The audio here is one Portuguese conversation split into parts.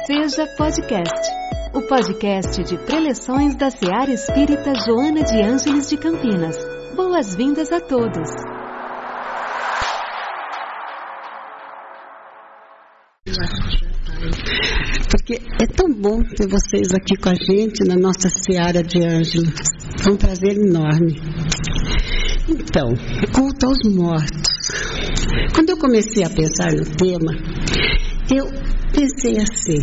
Seja Podcast, o podcast de preleções da Seara Espírita Joana de Ângeles de Campinas. Boas-vindas a todos. Porque é tão bom ter vocês aqui com a gente na nossa Seara de Ângeles. É um prazer enorme. Então, culto aos mortos. Quando eu comecei a pensar no tema, eu pensei assim,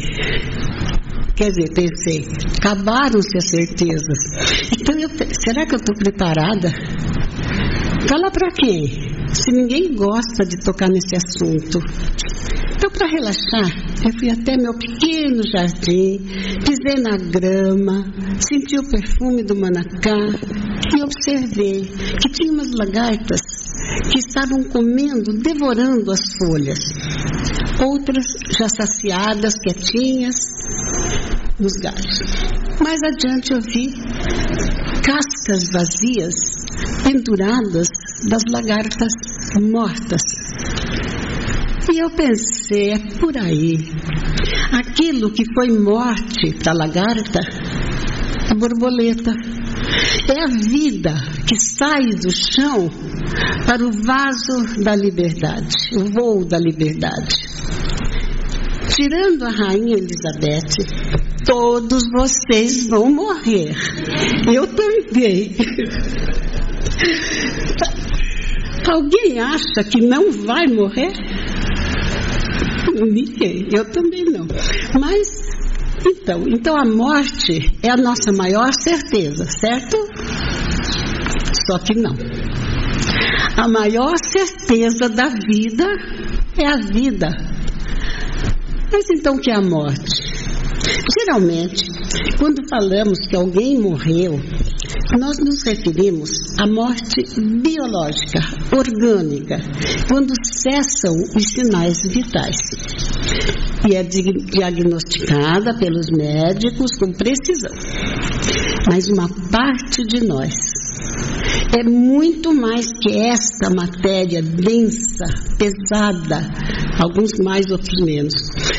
acabaram-se as certezas. Então, será que eu estou preparada? Falar para quem? Se ninguém gosta de tocar nesse assunto. Então, para relaxar, eu fui até meu pequeno jardim, pisei na grama, senti o perfume do manacá e observei que tinha umas lagartas que estavam comendo, devorando as folhas. Outras já saciadas, quietinhas, nos galhos. Mais adiante eu vi cascas vazias penduradas das lagartas mortas. E eu pensei, é por aí. Aquilo que foi morte para a lagarta é borboleta. É a vida que sai do chão para o vaso da liberdade, o voo da liberdade. Tirando a rainha Elizabeth, todos vocês vão morrer. Eu também. Alguém acha que não vai morrer? Ninguém, eu também não. Mas, então a morte é a nossa maior certeza, certo? Só que não. A maior certeza da vida é a vida. Mas então o que é a morte? Geralmente, quando falamos que alguém morreu, nós nos referimos à morte biológica, orgânica, quando cessam os sinais vitais. E é diagnosticada pelos médicos com precisão. Mas uma parte de nós é muito mais que esta matéria densa, pesada, alguns mais, outros menos,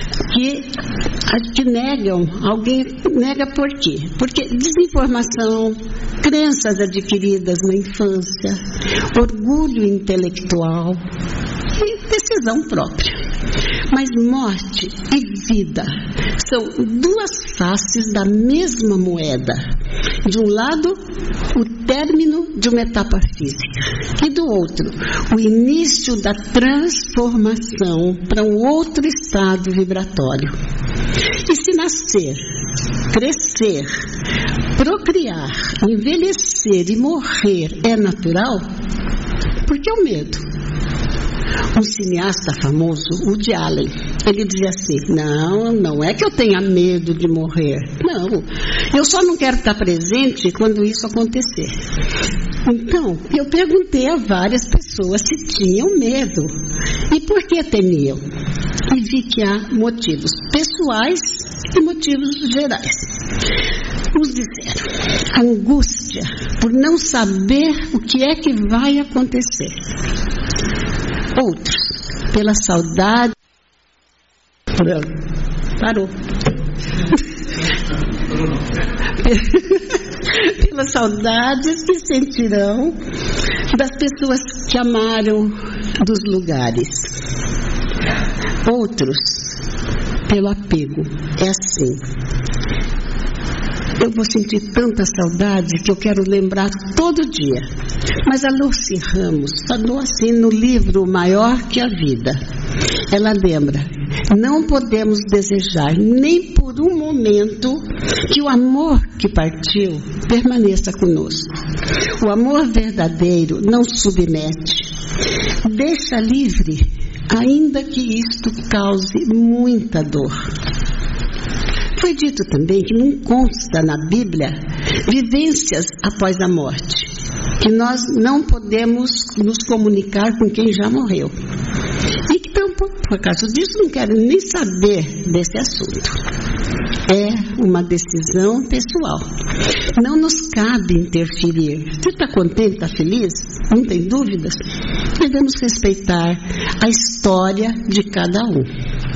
que negam. Alguém nega por quê? Porque desinformação, crenças adquiridas na infância, orgulho intelectual e decisão própria. Mas morte e vida são duas faces da mesma moeda. De um lado, o término de uma etapa física, e do outro, o início da transformação para um outro estado vibratório. E se nascer, crescer, procriar, envelhecer e morrer é natural, por que o medo? Um cineasta famoso, Woody Allen, ele dizia assim, não é que eu tenha medo de morrer, não, eu só não quero estar presente quando isso acontecer. Então, eu perguntei a várias pessoas se tinham medo e por que temiam. E vi que há motivos pessoais e motivos gerais. Uns disseram, angústia por não saber o que é que vai acontecer. Outros, pela saudade. Parou. Pelas saudades que sentirão das pessoas que amaram, dos lugares. Outros, pelo apego. É assim. Eu vou sentir tanta saudade que eu quero lembrar todo dia. Mas a Lucy Ramos falou assim no livro Maior que a Vida. Ela lembra, não podemos desejar nem por um momento que o amor que partiu permaneça conosco. O amor verdadeiro não submete, deixa livre, ainda que isto cause muita dor. Foi dito também que não consta na Bíblia vivências após a morte, que nós não podemos nos comunicar com quem já morreu. E que, por causa disso, não quero nem saber desse assunto. É uma decisão pessoal. Não nos cabe interferir. Você está contente, está feliz? Não tem dúvidas? Devemos respeitar a história de cada um.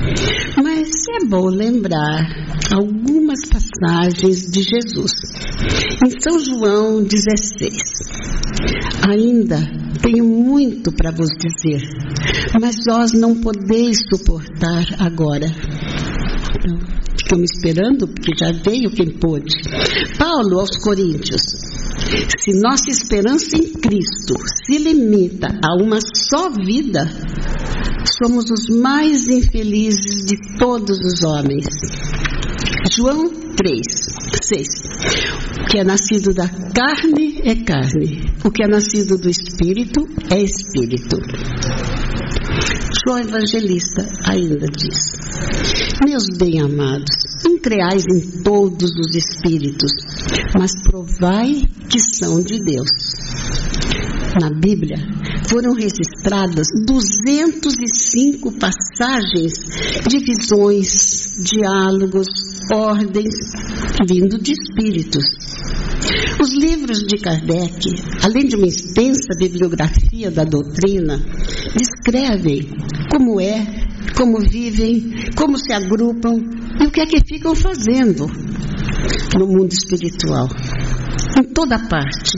Mas é bom lembrar algumas passagens de Jesus. Em São João 16, ainda tenho muito para vos dizer, mas vós não podeis suportar agora. Ficam me esperando, porque já veio quem pôde. Paulo aos Coríntios: se nossa esperança em Cristo se limita a uma só vida, somos os mais infelizes de todos os homens. João 3:6. O que é nascido da carne é carne, o que é nascido do Espírito é Espírito. João Evangelista ainda diz: meus bem-amados, não creais em todos os espíritos, mas provai que são de Deus. Na Bíblia foram registradas 205 passagens de visões, diálogos, ordens, vindo de espíritos. Os livros de Kardec, além de uma extensa bibliografia da doutrina, descrevem como é, como vivem, como se agrupam e o que é que ficam fazendo no mundo espiritual. Em toda parte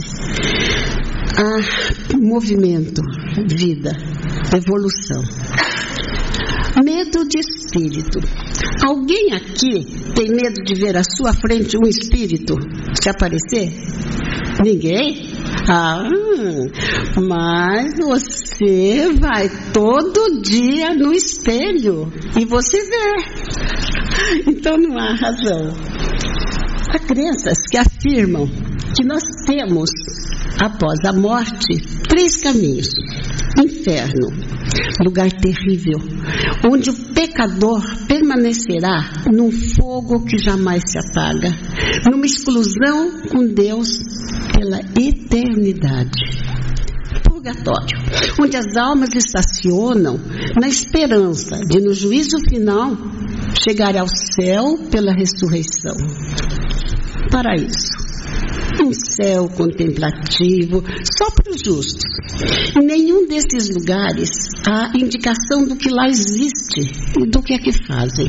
há movimento, vida, evolução. Medo de espírito. Alguém aqui tem medo de ver à sua frente um espírito se aparecer? Ninguém? Mas você vai todo dia no espelho e você vê. Então não há razão. Há crenças que afirmam que nós temos, após a morte, 3 caminhos. Inferno, lugar terrível, onde o pecador permanecerá num fogo que jamais se apaga, numa exclusão com Deus pela eternidade. Purgatório, onde as almas estacionam na esperança de, no juízo final, chegar ao céu pela ressurreição. Paraíso, um céu contemplativo só para os justos. Em nenhum desses lugares há indicação do que lá existe e do que é que fazem.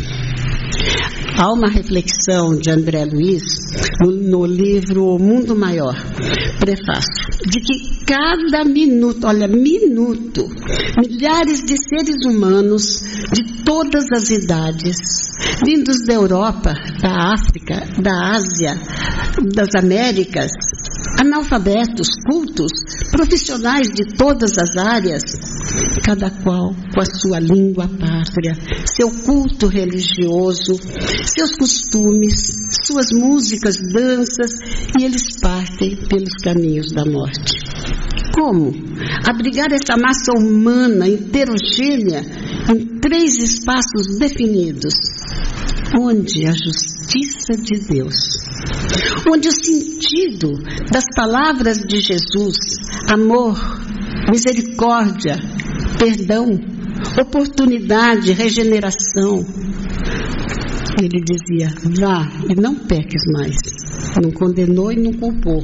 Há uma reflexão de André Luiz no livro O Mundo Maior, prefácio, de que cada minuto, milhares de seres humanos de todas as idades, vindos da Europa, da África, da Ásia, das Américas, analfabetos, cultos, profissionais de todas as áreas, cada qual com a sua língua pátria, seu culto religioso, seus costumes, suas músicas, danças, e eles partem pelos caminhos da morte. Como abrigar essa massa humana heterogênea em 3 espaços definidos, onde a justiça de Deus, onde o sentido das palavras de Jesus, amor, misericórdia, perdão, oportunidade, regeneração. Ele dizia: vá e não peques mais. Não condenou e não culpou.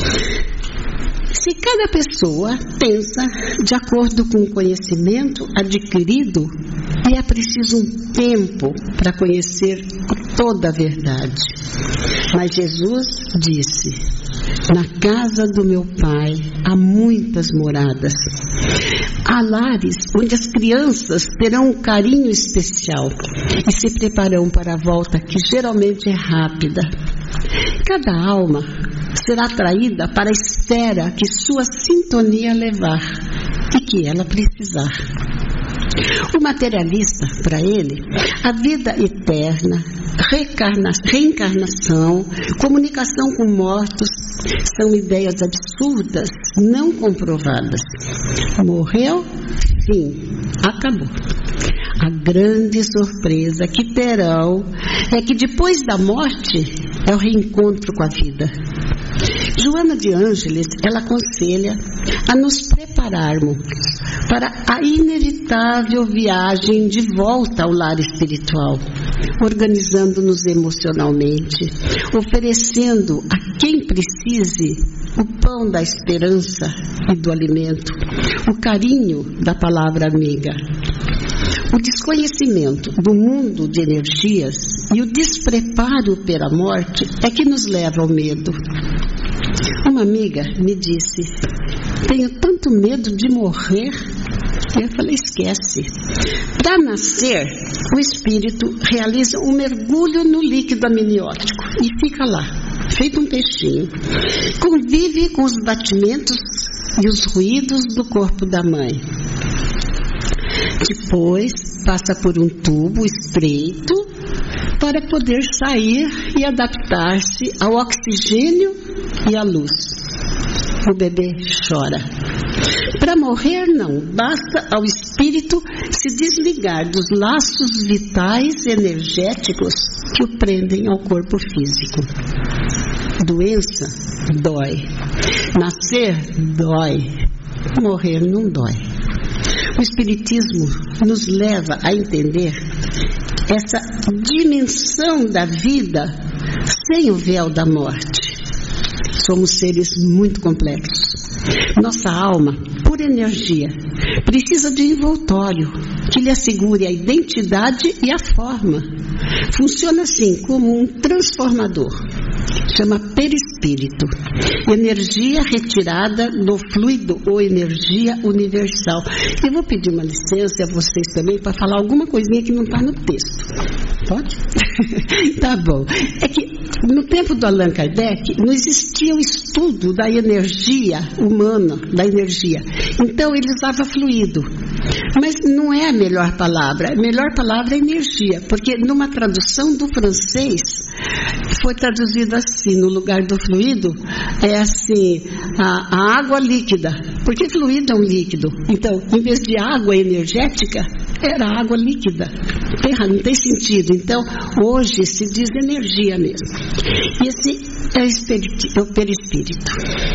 Se cada pessoa pensa de acordo com o conhecimento adquirido, e é preciso um tempo para conhecer toda a verdade. Mas Jesus disse: na casa do meu Pai há muitas moradas. Há lares onde as crianças terão um carinho especial e se prepararão para a volta, que geralmente é rápida. Cada alma será atraída para a esfera que sua sintonia levar e que ela precisar. O materialista, para ele, a vida eterna, reencarnação, comunicação com mortos, são ideias absurdas, não comprovadas. Morreu, fim, acabou. A grande surpresa que terão é que depois da morte é o reencontro com a vida. Joana de Ângeles, ela aconselha a nos prepararmos para a inevitável viagem de volta ao lar espiritual, organizando-nos emocionalmente, oferecendo a quem precise o pão da esperança e do alimento, o carinho da palavra amiga. O desconhecimento do mundo de energias e o despreparo pela morte é que nos leva ao medo. Uma amiga me disse: tenho tanto medo de morrer. Eu falei: esquece. Para nascer, o espírito realiza um mergulho no líquido amniótico e fica lá, feito um peixinho. Convive com os batimentos e os ruídos do corpo da mãe. Depois passa por um tubo estreito para poder sair e adaptar-se ao oxigênio e à luz. O bebê chora. Para morrer, não. Basta ao espírito se desligar dos laços vitais e energéticos que o prendem ao corpo físico. Doença dói. Nascer dói. Morrer não dói. O Espiritismo nos leva a entender essa dimensão da vida sem o véu da morte. Somos seres muito complexos. Nossa alma, por energia, precisa de envoltório que lhe assegure a identidade e a forma. Funciona assim como um transformador. Chama perispírito. Energia retirada do fluido ou energia universal. Eu vou pedir uma licença a vocês também para falar alguma coisinha que não está no texto. Pode? Tá bom. É que no tempo do Allan Kardec não existia o estudo da energia humana, da energia. Então ele usava fluido. Mas não é a melhor palavra. A melhor palavra é energia, porque numa tradução do francês foi traduzido assim, no lugar do fluido, é assim, a água líquida, porque fluido é um líquido. Então, em vez de água energética, era água líquida. Não tem sentido. Então, hoje se diz energia mesmo. Esse é o perispírito.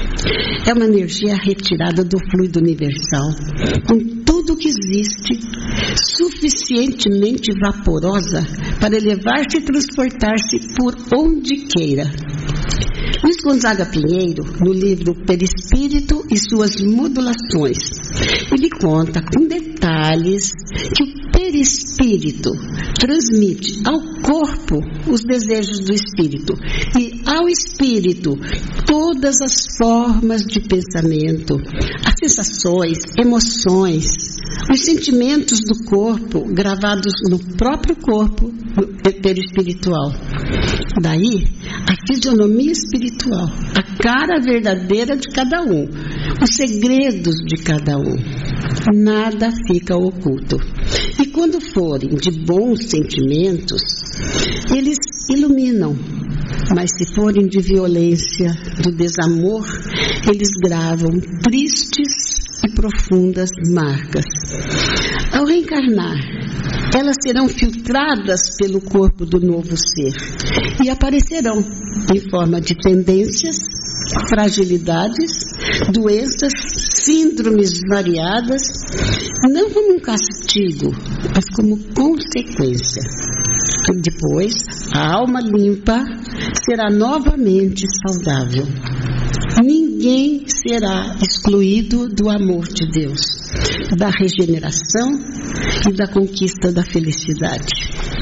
É uma energia retirada do fluido universal, com tudo que existe, suficientemente vaporosa para elevar-se e transportar-se por onde queira. Luiz Gonzaga Pinheiro, no livro Perispírito e suas modulações, ele conta com detalhes que o perispírito transmite ao corpo os desejos do espírito e ao espírito todas as formas de pensamento, as sensações, emoções, os sentimentos do corpo gravados no próprio corpo perispiritual. Daí a fisionomia espiritual, a cara verdadeira de cada um, os segredos de cada um. Nada fica oculto. E quando forem de bons sentimentos, eles iluminam. Mas se forem de violência, do desamor, eles gravam tristes e profundas marcas. Ao reencarnar, elas serão filtradas pelo corpo do novo ser e aparecerão em forma de tendências, fragilidades, doenças, síndromes variadas, não como um castigo, mas como consequência. Depois, a alma limpa será novamente saudável. Ninguém será excluído do amor de Deus, da regeneração e da conquista da felicidade.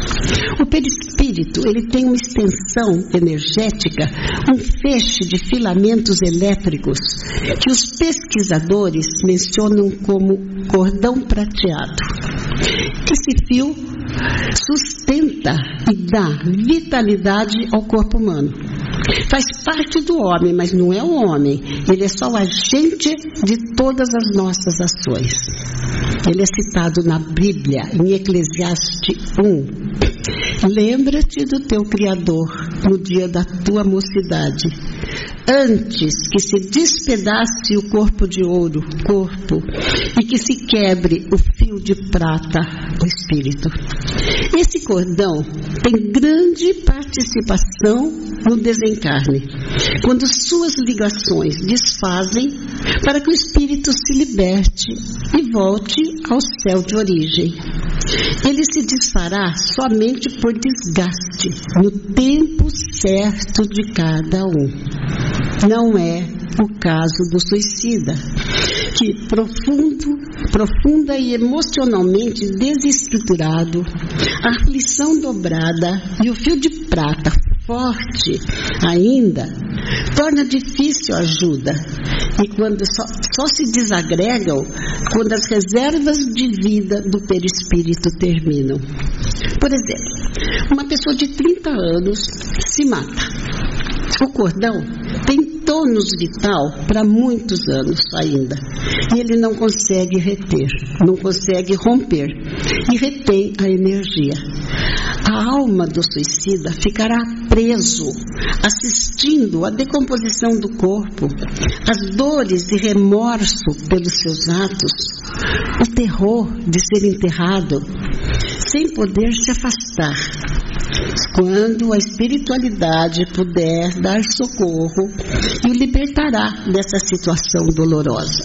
O perispírito, ele tem uma extensão energética, um feixe de filamentos elétricos que os pesquisadores mencionam como cordão prateado. Esse fio sustenta e dá vitalidade ao corpo humano. Faz parte do homem, mas não é o homem. Ele é só o agente de todas as nossas ações. Ele é citado na Bíblia, em Eclesiastes 1. Lembra-te do teu Criador no dia da tua mocidade, antes que se despedace o corpo de ouro, e que se quebre o fio de prata, o espírito. Esse cordão tem grande participação no desencarne, quando suas ligações desfazem para que o espírito se liberte e volte ao céu de origem. Ele se desfará somente por desgaste, no tempo certo de cada um. Não é o caso do suicida, que profunda e emocionalmente desestruturado, a aflição dobrada e o fio de prata forte ainda torna difícil a ajuda, e quando só se desagregam quando as reservas de vida do perispírito terminam. Por exemplo, uma pessoa de 30 anos se mata. O cordão tem tônus vital para muitos anos ainda, e ele não consegue reter, não consegue romper, e retém a energia. A alma do suicida ficará preso, assistindo à decomposição do corpo, as dores e remorso pelos seus atos, o terror de ser enterrado, sem poder se afastar. Quando a espiritualidade puder dar socorro e o libertará dessa situação dolorosa,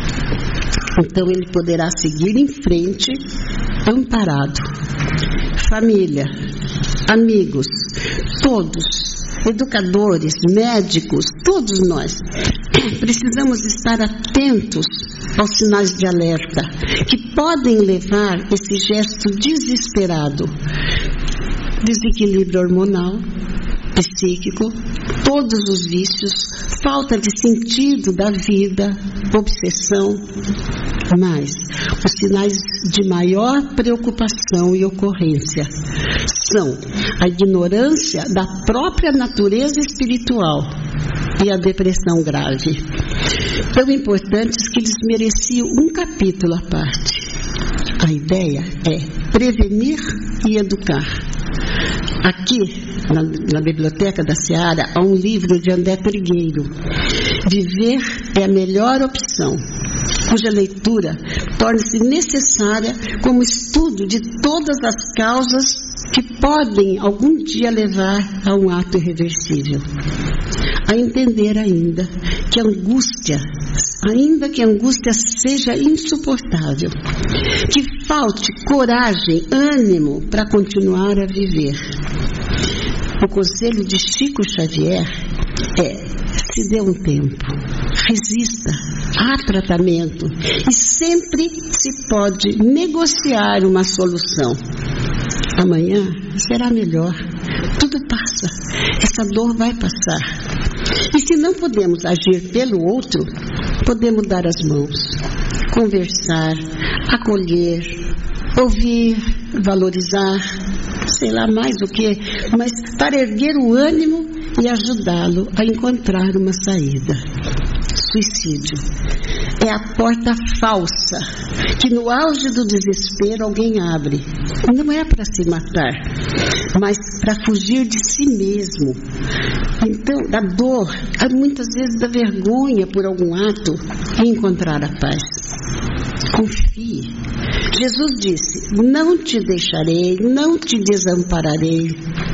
então ele poderá seguir em frente amparado. Família, amigos, todos, educadores, médicos, todos nós precisamos estar atentos aos sinais de alerta que podem levar esse gesto desesperado. Desequilíbrio hormonal, psíquico, todos os vícios, falta de sentido da vida, obsessão. Mas os sinais de maior preocupação e ocorrência são a ignorância da própria natureza espiritual e a depressão grave, tão importantes que eles mereciam um capítulo à parte. A ideia é prevenir e educar. Aqui, na biblioteca da Seara, há um livro de André Trigueiro, Viver é a Melhor Opção, cuja leitura torna-se necessária como estudo de todas as causas que podem algum dia levar a um ato irreversível. A entender ainda que a angústia seja insuportável, que falte coragem, ânimo para continuar a viver. O conselho de Chico Xavier é: se dê um tempo, resista, há tratamento e sempre se pode negociar uma solução. Amanhã será melhor, tudo passa, essa dor vai passar. E se não podemos agir pelo outro, podemos dar as mãos, conversar, acolher, ouvir, valorizar, sei lá mais o que, mas para erguer o ânimo e ajudá-lo a encontrar uma saída. Suicídio é a porta falsa que no auge do desespero alguém abre. Não é para se matar, mas para fugir de si mesmo. Então, da dor, muitas vezes da vergonha por algum ato, e encontrar a paz. Confie. Jesus disse: não te deixarei, não te desampararei.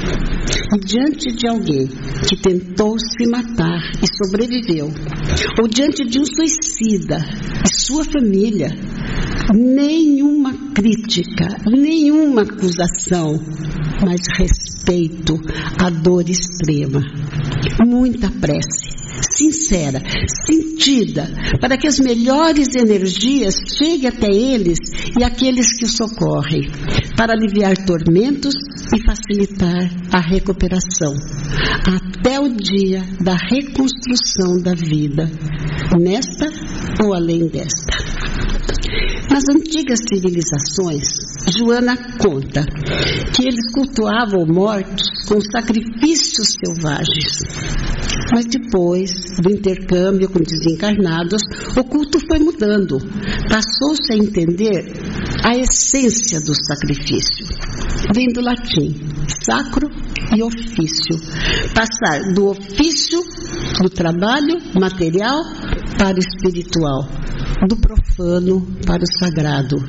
E diante de alguém que tentou se matar e sobreviveu, ou diante de um suicida e sua família, nenhuma crítica, nenhuma acusação, mas respeito à dor extrema. Muita prece, sincera, sentida, para que as melhores energias cheguem até eles e aqueles que os socorrem, para aliviar tormentos e facilitar a recuperação, até o dia da reconstrução da vida, nesta ou além desta. Nas antigas civilizações, Joana conta que eles cultuavam mortos com sacrifícios selvagens. Mas depois do intercâmbio com desencarnados, o culto foi mudando. Passou-se a entender a essência do sacrifício. Vem do latim, sacro e ofício. Passar do ofício, do trabalho material, para o espiritual, do profano para o sagrado.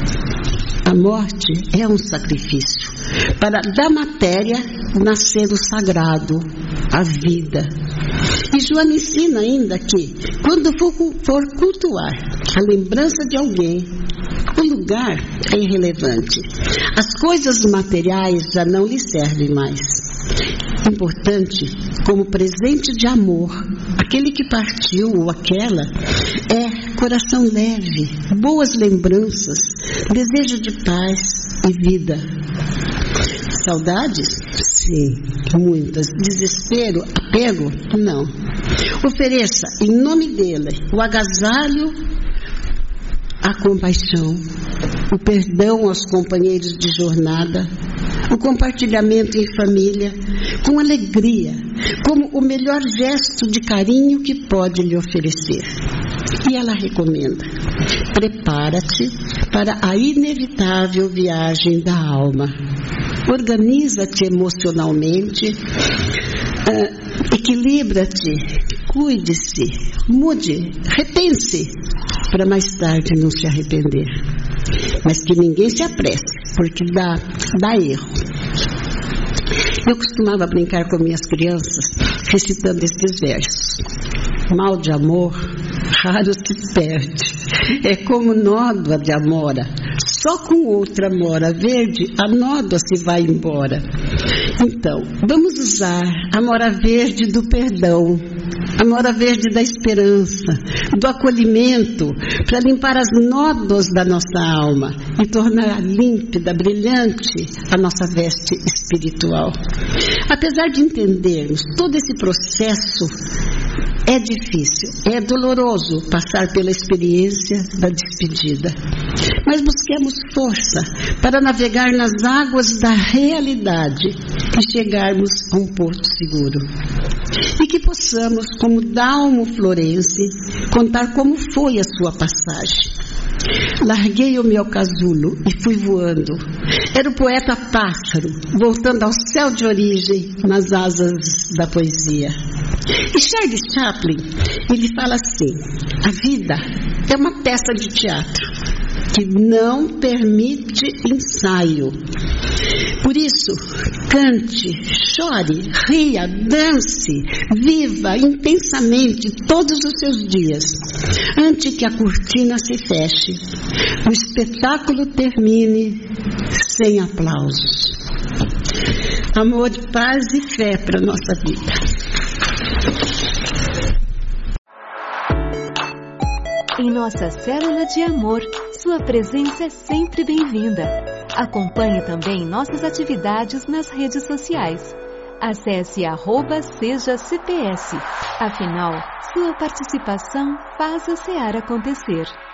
A morte é um sacrifício para da matéria nascer o sagrado, a vida. E Joana ensina ainda que, quando for cultuar a lembrança de alguém, o lugar é irrelevante. As coisas materiais já não lhe servem mais. Importante, como presente de amor, aquele que partiu ou aquela, é coração leve, boas lembranças, desejo de paz e vida. Saudades? Sim, muitas. Desespero? Apego? Não. Ofereça, em nome dele, o agasalho, a compaixão, o perdão aos companheiros de jornada, o compartilhamento em família, com alegria, como o melhor gesto de carinho que pode lhe oferecer. E ela recomenda: prepara-te para a inevitável viagem da alma. Organiza-te emocionalmente, equilibra-te, cuide-se, mude, repense, para mais tarde não se arrepender. Mas que ninguém se apresse, porque dá erro. Eu costumava brincar com minhas crianças recitando estes versos: mal de amor raro se perde, é como nódoa de amora, só com outra mora verde a nódoa se vai embora. Então, vamos usar a mora verde do perdão, a mora verde da esperança, do acolhimento, para limpar as nódoas da nossa alma e tornar límpida, brilhante a nossa veste espiritual. Apesar de entendermos todo esse processo, é difícil, é doloroso passar pela experiência da despedida. Mas busquemos força para navegar nas águas da realidade e chegarmos a um porto seguro. E que possamos, como Dalmo Florense, contar como foi a sua passagem. Larguei o meu casulo e fui voando. Era o poeta pássaro, voltando ao céu de origem nas asas da poesia. E Charles Chaplin, ele fala assim: a vida é uma peça de teatro que não permite ensaio. Por isso, cante, chore, ria, dance, viva intensamente todos os seus dias, antes que a cortina se feche, o espetáculo termine sem aplausos. Amor, paz e fé para a nossa vida. Em nossa célula de amor, sua presença é sempre bem-vinda. Acompanhe também nossas atividades nas redes sociais. Acesse @SejaCPS. Afinal, sua participação faz a SEAR acontecer.